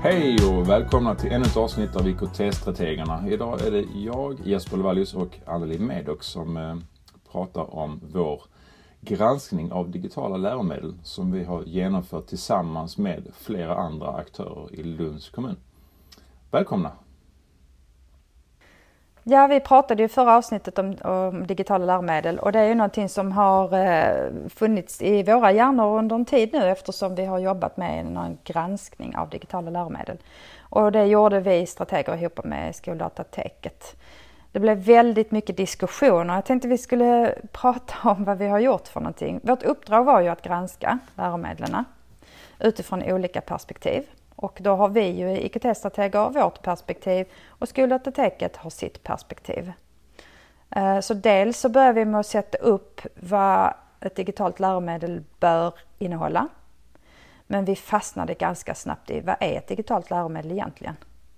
Hej och välkomna till ännu ett avsnitt av IKT-strategerna. Idag är det jag, Jesper Levallius och Anneli Medox som pratar om vår granskning av digitala läromedel som vi har genomfört tillsammans med flera andra aktörer i Lunds kommun. Välkomna! Ja, vi pratade ju förra avsnittet om digitala läromedel och det är ju någonting som har funnits i våra hjärnor under en tid nu eftersom vi har jobbat med en granskning av digitala läromedel. Och det gjorde vi strateger ihop med Skoldatateket. Det blev väldigt mycket diskussioner. Jag tänkte vi skulle prata om vad vi har gjort för någonting. Vårt uppdrag var ju att granska läromedlen utifrån olika perspektiv. Och då har vi ju i IKT-strateger vårt perspektiv och Skoldatateket har sitt perspektiv. Så dels så börjar vi med att sätta upp vad ett digitalt läromedel bör innehålla. Men vi fastnade ganska snabbt i vad är ett digitalt läromedel egentligen?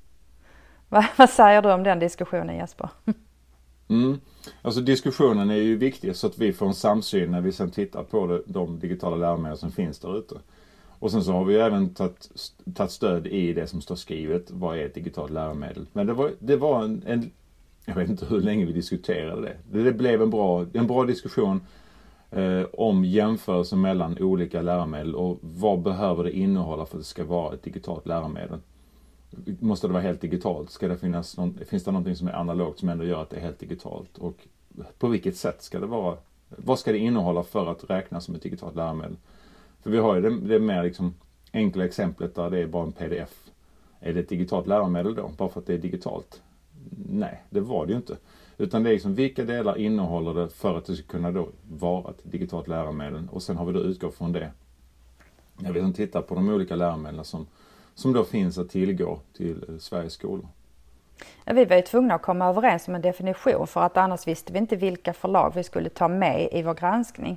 Vad säger du om den diskussionen, Jesper? Alltså diskussionen är ju viktig så att vi får en samsyn när vi sedan tittar på de digitala läromedel som finns där ute. Och sen så har vi även tagit stöd i det som står skrivet. Vad är ett digitalt läromedel? Men det var en jag vet inte hur länge vi diskuterade det. Det blev en bra diskussion om jämförelse mellan olika läromedel och vad behöver det innehålla för att det ska vara ett digitalt läromedel. Måste det vara helt digitalt? Finns det någonting som är analogt som ändå gör att det är helt digitalt? Och på vilket sätt ska det vara? Vad ska det innehålla för att räknas som ett digitalt läromedel? För vi har ju det mer liksom enkla exemplet där det är bara en pdf. Är det ett digitalt läromedel då? Bara för att det är digitalt? Nej, det var det ju inte. Utan det är liksom vilka delar innehåller det för att det ska kunna då vara ett digitalt läromedel. Och sen har vi då utgått från det. När vi tittar på de olika läromedlen som då finns att tillgå till Sveriges skolor. Ja, vi var ju tvungna att komma överens om en definition för att annars visste vi inte vilka förlag vi skulle ta med i vår granskning.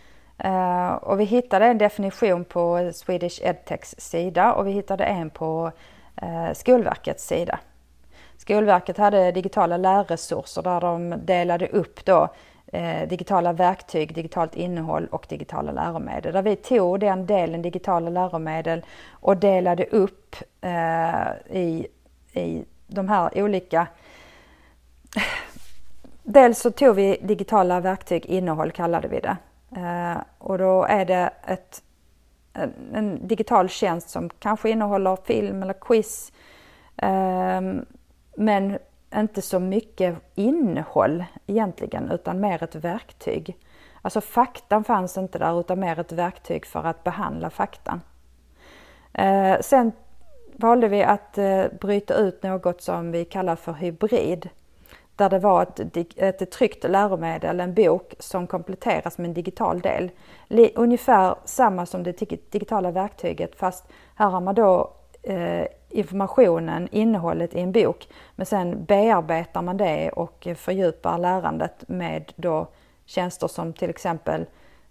Och vi hittade en definition på Swedish EdTechs sida och vi hittade en på Skolverkets sida. Skolverket hade digitala lärresurser där de delade upp då digitala verktyg, digitalt innehåll och digitala läromedel. Där vi tog den delen digitala läromedel och delade upp i de här olika. Dels så tog vi digitala verktyg, innehåll kallade vi det. Och då är det en digital tjänst som kanske innehåller film eller quiz men inte så mycket innehåll egentligen utan mer ett verktyg. Alltså faktan fanns inte där utan mer ett verktyg för att behandla faktan. Sen valde vi att bryta ut något som vi kallar för hybrid. Där det var ett tryckt läromedel, en bok som kompletteras med en digital del. Ungefär samma som det digitala verktyget fast här har man då informationen, innehållet i en bok. Men sen bearbetar man det och fördjupar lärandet med då tjänster som till exempel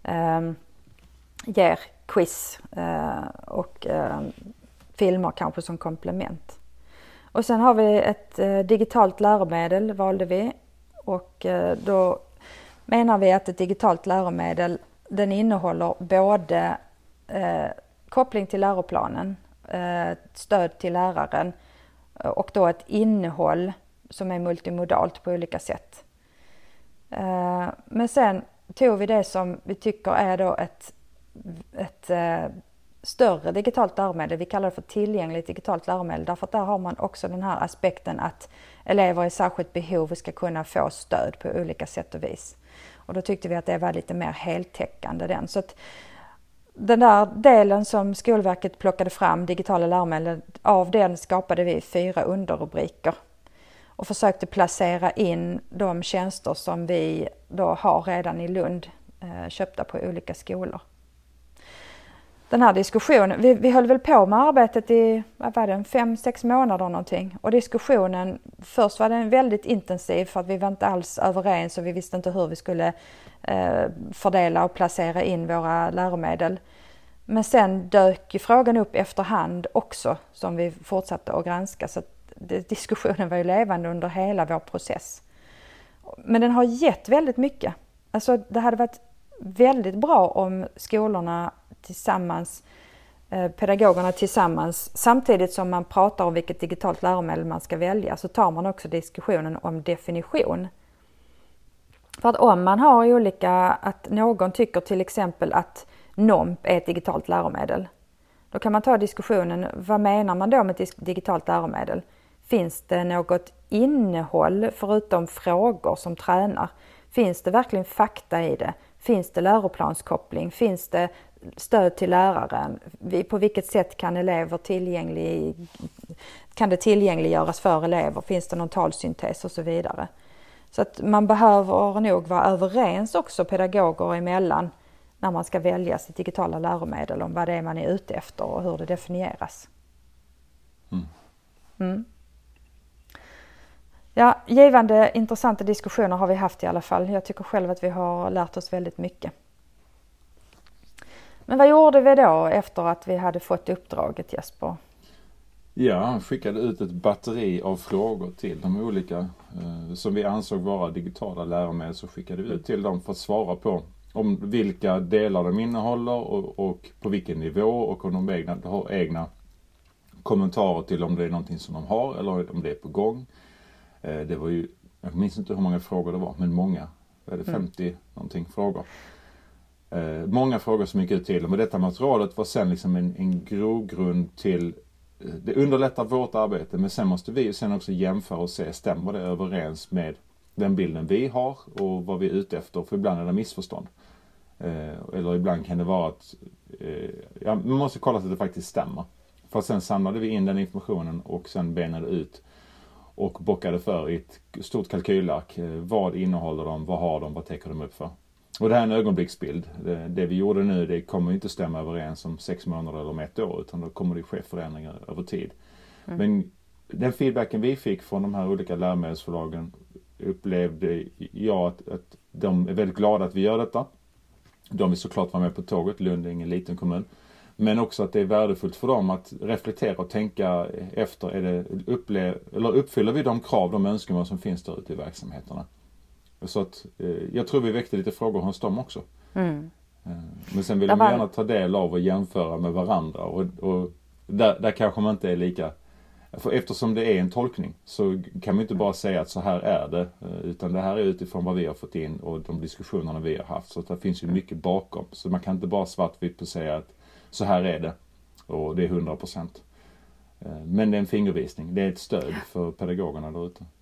ger quiz och filmer kanske som komplement. Och sen har vi ett digitalt läromedel valde vi och då menar vi att ett digitalt läromedel den innehåller både koppling till läroplanen, stöd till läraren och då ett innehåll som är multimodalt på olika sätt. Men sen tog vi det som vi tycker är då ett större digitalt läromedel. Vi kallar det för tillgängligt digitalt läromedel därför att där har man också den här aspekten att elever i särskilt behov ska kunna få stöd på olika sätt och vis. Och då tyckte vi att det var lite mer heltäckande den. Så att den där delen som Skolverket plockade fram, digitala läromedel, av den skapade vi 4 underrubriker och försökte placera in de tjänster som vi då har redan i Lund köpta på olika skolor. Den här diskussionen, vi höll väl på med arbetet i 5-6 månader någonting och diskussionen, först var den väldigt intensiv för att vi var inte alls överens och vi visste inte hur vi skulle fördela och placera in våra läromedel. Men sen dök ju frågan upp efterhand också som vi fortsatte att granska så att diskussionen var ju levande under hela vår process. Men den har gett väldigt mycket. Alltså det hade varit väldigt bra om skolorna tillsammans pedagogerna tillsammans, samtidigt som man pratar om vilket digitalt läromedel man ska välja, så tar man också diskussionen om definition. För att om man har olika, att någon tycker till exempel att NOMP är ett digitalt läromedel, då kan man ta diskussionen, vad menar man då med ett digitalt läromedel? Finns det något innehåll förutom frågor som tränar? Finns det verkligen fakta i det? Finns det läroplanskoppling? Finns det stöd till läraren? På vilket sätt kan det tillgängliggöras för elever? Finns det någon talsyntes och så vidare? Så att man behöver nog vara överens också pedagoger emellan när man ska välja sitt digitala läromedel om vad det är man är ute efter och hur det definieras. Ja, givande, intressanta diskussioner har vi haft i alla fall. Jag tycker själv att vi har lärt oss väldigt mycket. Men vad gjorde vi då efter att vi hade fått uppdraget, Jesper? Ja, skickade ut ett batteri av frågor till de olika som vi ansåg vara digitala läromedel, så skickade vi ut till dem för att svara på om vilka delar de innehåller och på vilken nivå, och om de har egna kommentarer till om det är någonting som de har eller om det är på gång. Det var ju, jag minns inte hur många frågor det var, men många. Det är 50 någonting frågor. Många frågor som gick ut till dem, och detta materialet var sen liksom en grogrund till, det underlättar vårt arbete, men sen måste vi sen också jämföra och se, stämmer det överens med den bilden vi har och vad vi är ute efter, för ibland är det missförstånd. Eller ibland kan det vara att man måste kolla så att det faktiskt stämmer. För sen samlade vi in den informationen och sen benade ut och bockade för i ett stort kalkylark. Vad innehåller de, vad har de, vad täcker de upp för? Och det här är en ögonblicksbild. Det vi gjorde nu, det kommer inte stämma överens om 6 månader eller om 1 år, utan då kommer det ske förändringar över tid. Men den feedbacken vi fick från de här olika läromedelsförlagen upplevde jag att de är väldigt glada att vi gör detta. De vill såklart vara med på tåget, Lund är ingen liten kommun. Men också att det är värdefullt för dem att reflektera och tänka efter, uppfyller vi de krav, de önskemål som finns där ute i verksamheterna. Så att jag tror vi väckte lite frågor hos dem också. Men sen vill de gärna ta del av och jämföra med varandra, och där kanske man inte är lika, för eftersom det är en tolkning så kan man inte bara säga att så här är det, utan det här är utifrån vad vi har fått in och de diskussionerna vi har haft, så att det finns ju mycket bakom, så man kan inte bara svartvitt på säga att så här är det och det är 100%. Men det är en fingervisning, det är ett stöd för pedagogerna där ute.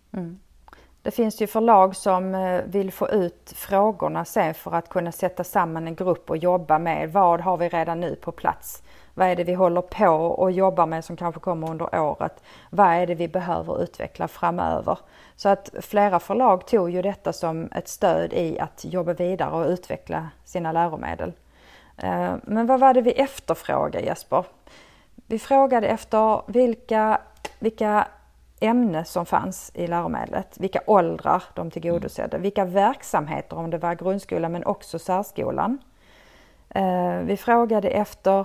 Det finns ju förlag som vill få ut frågorna sen för att kunna sätta samman en grupp och jobba med vad har vi redan nu på plats. Vad är det vi håller på och jobbar med som kanske kommer under året? Vad är det vi behöver utveckla framöver? Så att flera förlag tog ju detta som ett stöd i att jobba vidare och utveckla sina läromedel. Men vad var det vi efterfrågade, Jesper? Vi frågade efter vilka ämnen som fanns i läromedlet, vilka åldrar de tillgodosedde, vilka verksamheter, om det var grundskolan men också särskolan. Vi frågade efter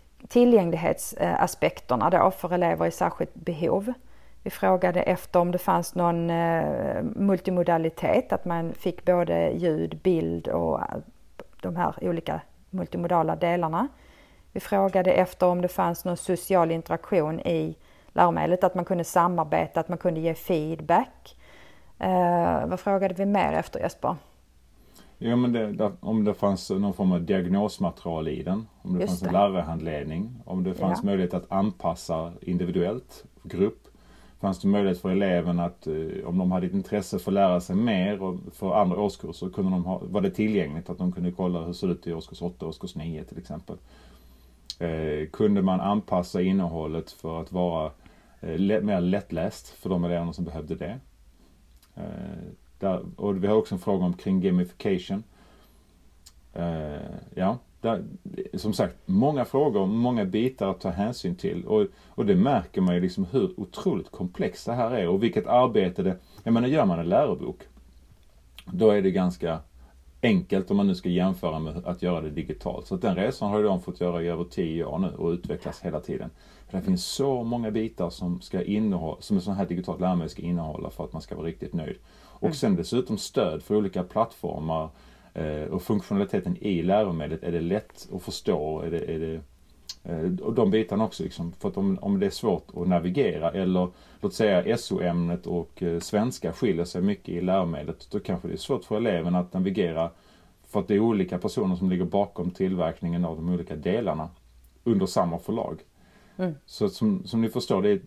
tillgänglighetsaspekterna då för elever i särskilt behov. Vi frågade efter om det fanns någon multimodalitet, att man fick både ljud, bild och de här olika multimodala delarna. Vi frågade efter om det fanns någon social interaktion i läromedlet, att man kunde samarbeta, att man kunde ge feedback. Vad frågade vi mer efter, Jesper? Ja, men om det fanns någon form av diagnosmaterial i den, om det fanns en lärarhandledning, om det fanns möjlighet att anpassa individuellt, grupp. Fanns det möjlighet för eleverna att, om de hade ett intresse för att lära sig mer och för andra årskurser, var det tillgängligt att de kunde kolla hur det ser ut i årskurs 8 och årskurs 9 till exempel. Kunde man anpassa innehållet för att vara mer lättläst för de eleverna som behövde det. Och vi har också en fråga kring gamification. Som sagt, många frågor, många bitar att ta hänsyn till. Och det märker man ju liksom hur otroligt komplext det här är. Och vilket arbete det... Jag menar, gör man en lärobok, då är det ganska enkelt om man nu ska jämföra med att göra det digitalt. Så att den resan har de fått göra i över 10 år nu och utvecklas hela tiden. För det finns så många bitar som en sån här digitalt läromedel ska innehålla för att man ska vara riktigt nöjd. Och sen dessutom stöd för olika plattformar och funktionaliteten i läromedlet. Är det lätt att förstå? Och de bitarna också liksom, för att om det är svårt att navigera eller låt säga SO-ämnet och svenska skiljer sig mycket i läromedlet, då kanske det är svårt för eleven att navigera för att det är olika personer som ligger bakom tillverkningen av de olika delarna under samma förlag. Så som ni förstår,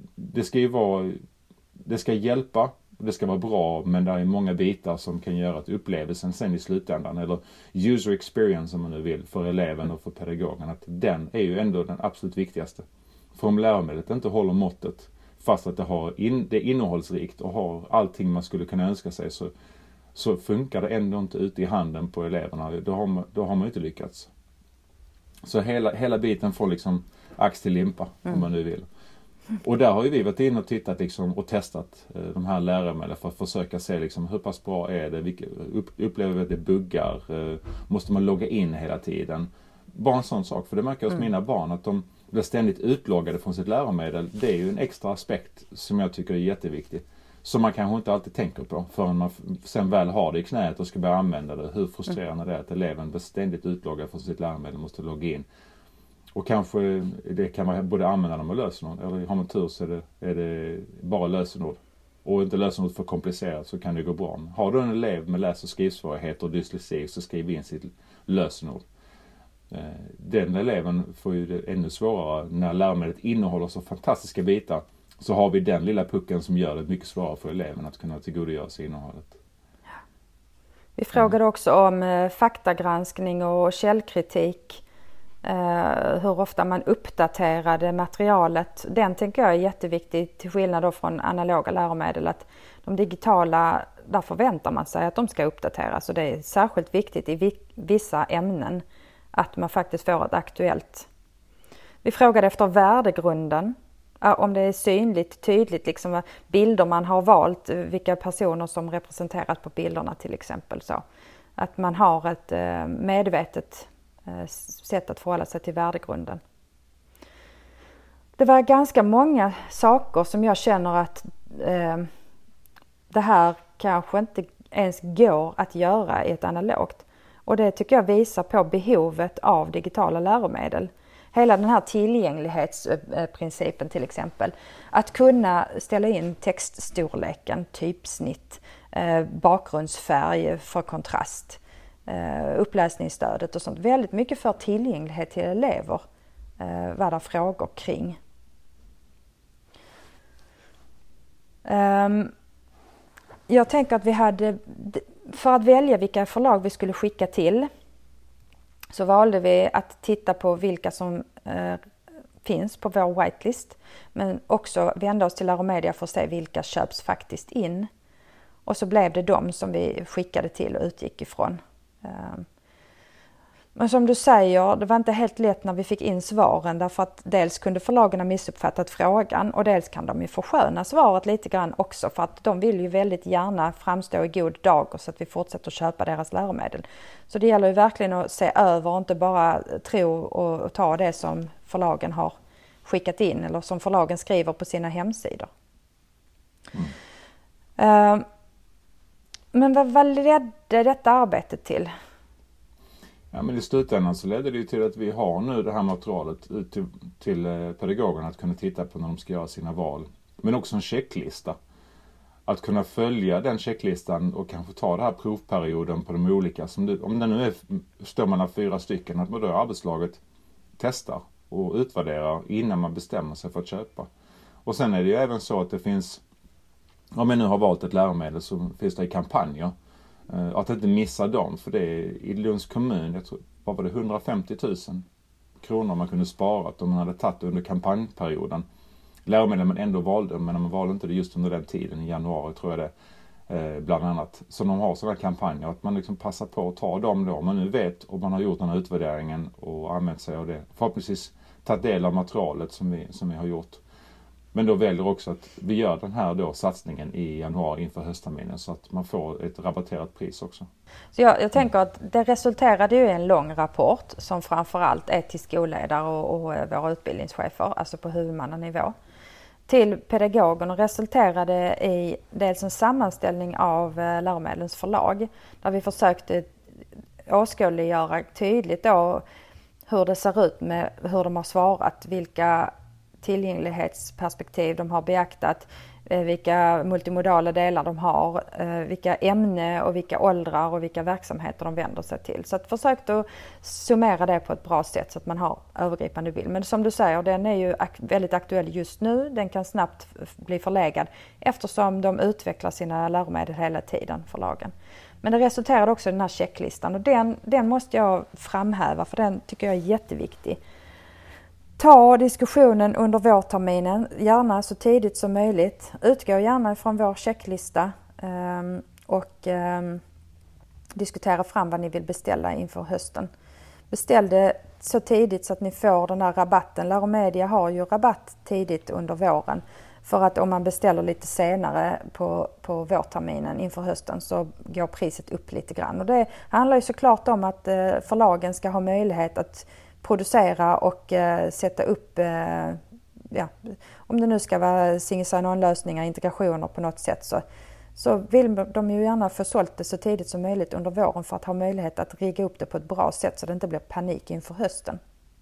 det ska hjälpa, det ska vara bra, men det är många bitar som kan göra att upplevelsen sen i slutändan, eller user experience om man nu vill, för eleven och för pedagogen, att den är ju ändå den absolut viktigaste. För om läromedlet inte håller måttet, fast att det är innehållsrikt och har allting man skulle kunna önska sig, så funkar det ändå inte ute i handen på eleverna. Då har man inte lyckats. Så hela biten får liksom ax till limpa, om man nu vill. Och där har ju vi varit in och tittat liksom, och testat de här läromedlen för att försöka se liksom, hur pass bra är det, upplever vi att det buggar, måste man logga in hela tiden. Bara en sån sak, för det märker jag hos mina barn att de blir ständigt utloggade från sitt läromedel. Det är ju en extra aspekt som jag tycker är jätteviktig. Som man kanske inte alltid tänker på förrän man sen väl har det i knät och ska börja använda det. Hur frustrerande det är att eleven blir ständigt utloggad från sitt läromedel och måste logga in. Och kanske det kan vara både användaren och lösenord. Eller har man tur så är det bara lösenord. Och inte lösenord för komplicerat, så kan det gå bra. Har du en elev med läs- och skrivsvårigheter och dyslexi, så skriv in sitt lösenord. Den eleven får ju det ännu svårare när läromedlet innehåller så fantastiska bitar. Så har vi den lilla pucken som gör det mycket svårare för eleven att kunna tillgodogöra sig innehållet. Vi frågade också om faktagranskning och källkritik. Hur ofta man uppdaterade materialet. Den tänker jag är jätteviktig, till skillnad då från analoga läromedel. Att de digitala, där förväntar man sig att de ska uppdateras. Och det är särskilt viktigt i vissa ämnen att man faktiskt får ett aktuellt. Vi frågade efter värdegrunden. Om det är synligt, tydligt, liksom bilder man har valt, vilka personer som representeras på bilderna till exempel. Så att man har ett medvetet sätt att förhålla sig till värdegrunden. Det var ganska många saker som jag känner att det här kanske inte ens går att göra i ett analogt. Och det tycker jag visar på behovet av digitala läromedel. Hela den här tillgänglighetsprincipen till exempel. Att kunna ställa in textstorleken, typsnitt, bakgrundsfärg för kontrast, uppläsningsstödet och sånt. Väldigt mycket för tillgänglighet till elever var det frågor kring. Jag tänker att vi hade, för att välja vilka förlag vi skulle skicka till, så valde vi att titta på vilka som finns på vår whitelist, men också vända oss till Läromedia för att se vilka köps faktiskt in. Och så blev det de som vi skickade till och utgick ifrån. Men som du säger, det var inte helt lätt när vi fick in svaren, därför att dels kunde förlagen ha missuppfattat frågan och dels kan de ju försköna svaret lite grann också, för att de vill ju väldigt gärna framstå i god dager så att vi fortsätter att köpa deras läromedel. Så det gäller ju verkligen att se över och inte bara tro och ta det som förlagen har skickat in eller som förlagen skriver på sina hemsidor. Men vad ledde detta arbetet till? Ja, men i slutändan så ledde det ju till att vi har nu det här materialet ut till pedagogerna att kunna titta på när de ska göra sina val. Men också en checklista. Att kunna följa den checklistan och kanske ta den här provperioden på de olika. Om det nu står man av 4 stycken, att man då arbetslaget testar och utvärderar innan man bestämmer sig för att köpa. Och sen är det ju även så att det finns, om jag nu har valt ett läromedel, så finns det i kampanjer. Att inte missa dem, för det är i Lunds kommun, jag tror, vad var det, 150 000 kronor man kunde spara om man hade tagit under kampanjperioden. Läromedel man ändå valde, men man valde inte det just under den tiden, i januari tror jag det, bland annat. Så de har sådana kampanjer, att man liksom passar på att ta dem då, om man nu vet och man har gjort den här utvärderingen och använt sig av det. Förhoppningsvis tagit del av materialet som vi har gjort. Men då väljer också att vi gör den här då satsningen i januari inför höstterminen, så att man får ett rabatterat pris också. Så jag tänker att det resulterade ju i en lång rapport som framförallt är till skolledare och våra utbildningschefer, alltså på huvudmannanivå, till pedagogerna, resulterade i dels en sammanställning av läromedlens förlag där vi försökte åskådliggöra tydligt då hur det ser ut med hur de har svarat, vilka tillgänglighetsperspektiv de har beaktat, vilka multimodala delar de har, vilka ämne och vilka åldrar och vilka verksamheter de vänder sig till. Så att försök att summera det på ett bra sätt så att man har övergripande bild. Men som du säger, den är ju väldigt aktuell just nu. Den kan snabbt bli förlegad eftersom de utvecklar sina läromedel hela tiden, förlagen. Men det resulterade också i den här checklistan och den måste jag framhäva för den tycker jag är jätteviktig. Ta diskussionen under vårterminen, gärna så tidigt som möjligt. Utgå gärna från vår checklista och diskutera fram vad ni vill beställa inför hösten. Beställ det så tidigt så att ni får den här rabatten. Läromedia har ju rabatt tidigt under våren. För att om man beställer lite senare på vårterminen inför hösten så går priset upp lite grann. Och det handlar ju såklart om att förlagen ska ha möjlighet att producera och sätta upp, om det nu ska vara single sign-on-lösningar, integrationer på något sätt så vill de ju gärna få sålt det så tidigt som möjligt under våren för att ha möjlighet att rigga upp det på ett bra sätt så det inte blir panik inför hösten.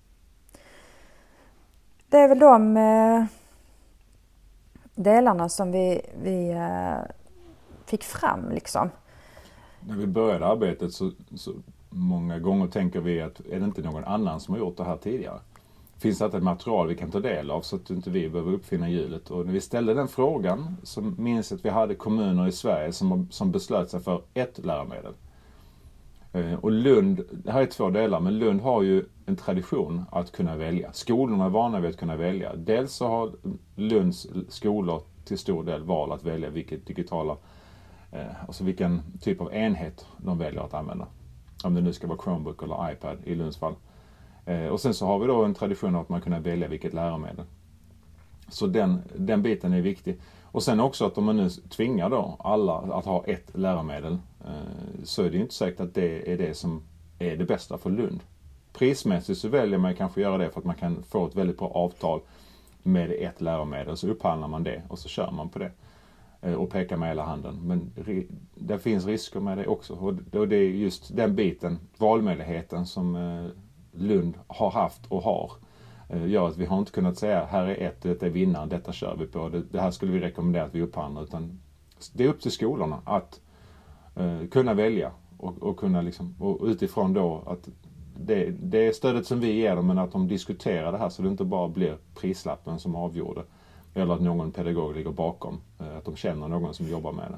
Det är väl de delarna som vi fick fram liksom. När vi började arbetet så många gånger tänker vi att är det inte någon annan som har gjort det här tidigare? Finns det ett material vi kan ta del av så att inte vi behöver uppfinna hjulet? Och när vi ställde den frågan så minns att vi hade kommuner i Sverige som beslöt sig för ett läromedel. Och Lund, det här är 2 delar, men Lund har ju en tradition att kunna välja. Skolorna är vana vid att kunna välja. Dels så har Lunds skolor till stor del val att välja alltså vilken typ av enhet de väljer att använda. Om det nu ska vara Chromebook eller iPad i Lunds fall. Och sen så har vi då en tradition av att man kan välja vilket läromedel. Så den biten är viktig. Och sen också att om man nu tvingar då alla att ha ett läromedel så är det ju inte säkert att det är det som är det bästa för Lund. Prismässigt så väljer man kanske göra det för att man kan få ett väldigt bra avtal med ett läromedel. Så upphandlar man det och så kör man på det. Och pekar med hela handen. Men det finns risker med det också. Och det är just den biten, valmöjligheten som Lund har haft och har. Gör att vi har inte kunnat säga här är detta är vinnaren, detta kör vi på. Det här skulle vi rekommendera att vi upphandlar. Utan det är upp till skolorna att kunna välja. Och kunna liksom, och utifrån då att det är stödet som vi ger dem, men att de diskuterar det här så det inte bara blir prislappen som avgjorde. Eller att någon pedagog ligger bakom. Att de känner någon som jobbar med det.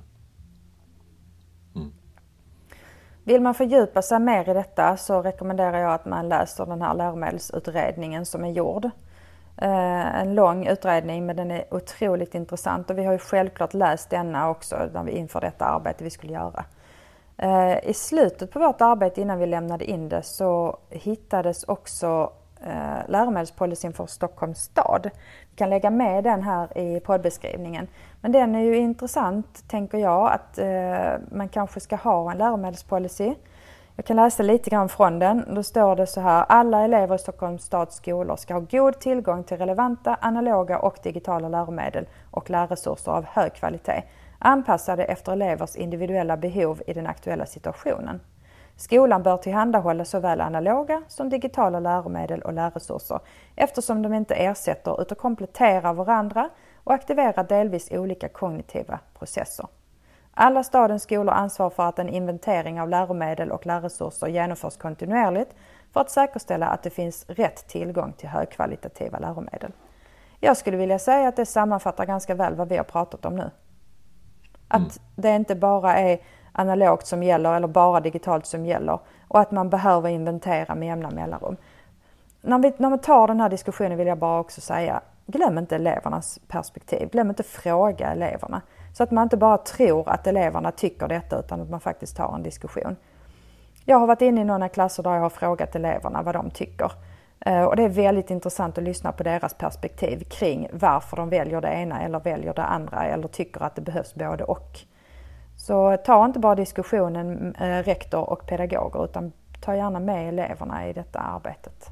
Vill man fördjupa sig mer i detta så rekommenderar jag att man läser den här läromedelsutredningen som är gjord. En lång utredning men den är otroligt intressant och vi har ju självklart läst denna också när vi inför detta arbete vi skulle göra. I slutet på vårt arbete innan vi lämnade in det så hittades också läromedelspolicyn för Stockholms stad. Vi kan lägga med den här i poddbeskrivningen. Men den är ju intressant, tänker jag, att man kanske ska ha en läromedelspolicy. Jag kan läsa lite grann från den. Då står det så här: alla elever i Stockholms stads skolor ska ha god tillgång till relevanta, analoga och digitala läromedel och lärresurser av hög kvalitet, anpassade efter elevers individuella behov i den aktuella situationen. Skolan bör tillhandahålla såväl analoga som digitala läromedel och lärresurser eftersom de inte ersätter utan kompletterar varandra och aktiverar delvis olika kognitiva processer. Alla stadens skolor ansvarar för att en inventering av läromedel och lärresurser genomförs kontinuerligt för att säkerställa att det finns rätt tillgång till högkvalitativa läromedel. Jag skulle vilja säga att det sammanfattar ganska väl vad vi har pratat om nu. Att det inte bara är analogt som gäller eller bara digitalt som gäller och att man behöver inventera med jämna mellanrum. När man tar den här diskussionen vill jag bara också säga, glöm inte elevernas perspektiv, glöm inte fråga eleverna. Så att man inte bara tror att eleverna tycker detta utan att man faktiskt tar en diskussion. Jag har varit inne i några klasser där jag har frågat eleverna vad de tycker. Och det är väldigt intressant att lyssna på deras perspektiv kring varför de väljer det ena eller väljer det andra eller tycker att det behövs både och. Så ta inte bara diskussionen rektor och pedagoger utan ta gärna med eleverna i detta arbetet.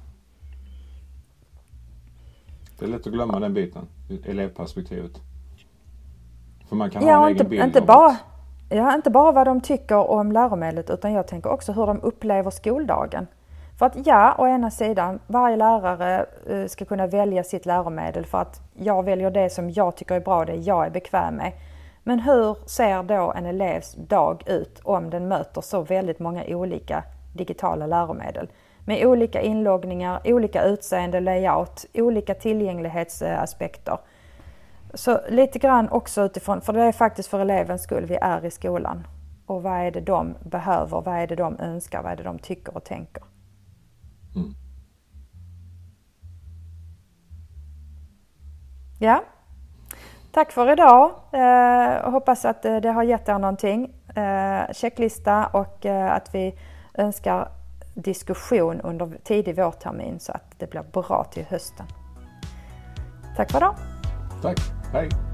Det är lätt att glömma den biten, elevperspektivet. För man kan ha en egen bild inte bara vad de tycker om läromedlet utan jag tänker också hur de upplever skoldagen. För att å ena sidan, varje lärare ska kunna välja sitt läromedel för att jag väljer det som jag tycker är bra, det jag är bekväm med. Men hur ser då en elevs dag ut om den möter så väldigt många olika digitala läromedel? Med olika inloggningar, olika utseende, layout, olika tillgänglighetsaspekter. Så lite grann också utifrån, för det är faktiskt för elevens skull vi är i skolan. Och vad är det de behöver, vad är det de önskar, vad är det de tycker och tänker. Mm. Ja, tack för idag. Hoppas att det har gett er någonting. Checklista och att vi önskar diskussion under tidig vårtermin så att det blir bra till hösten. Tack för idag. Tack, hej.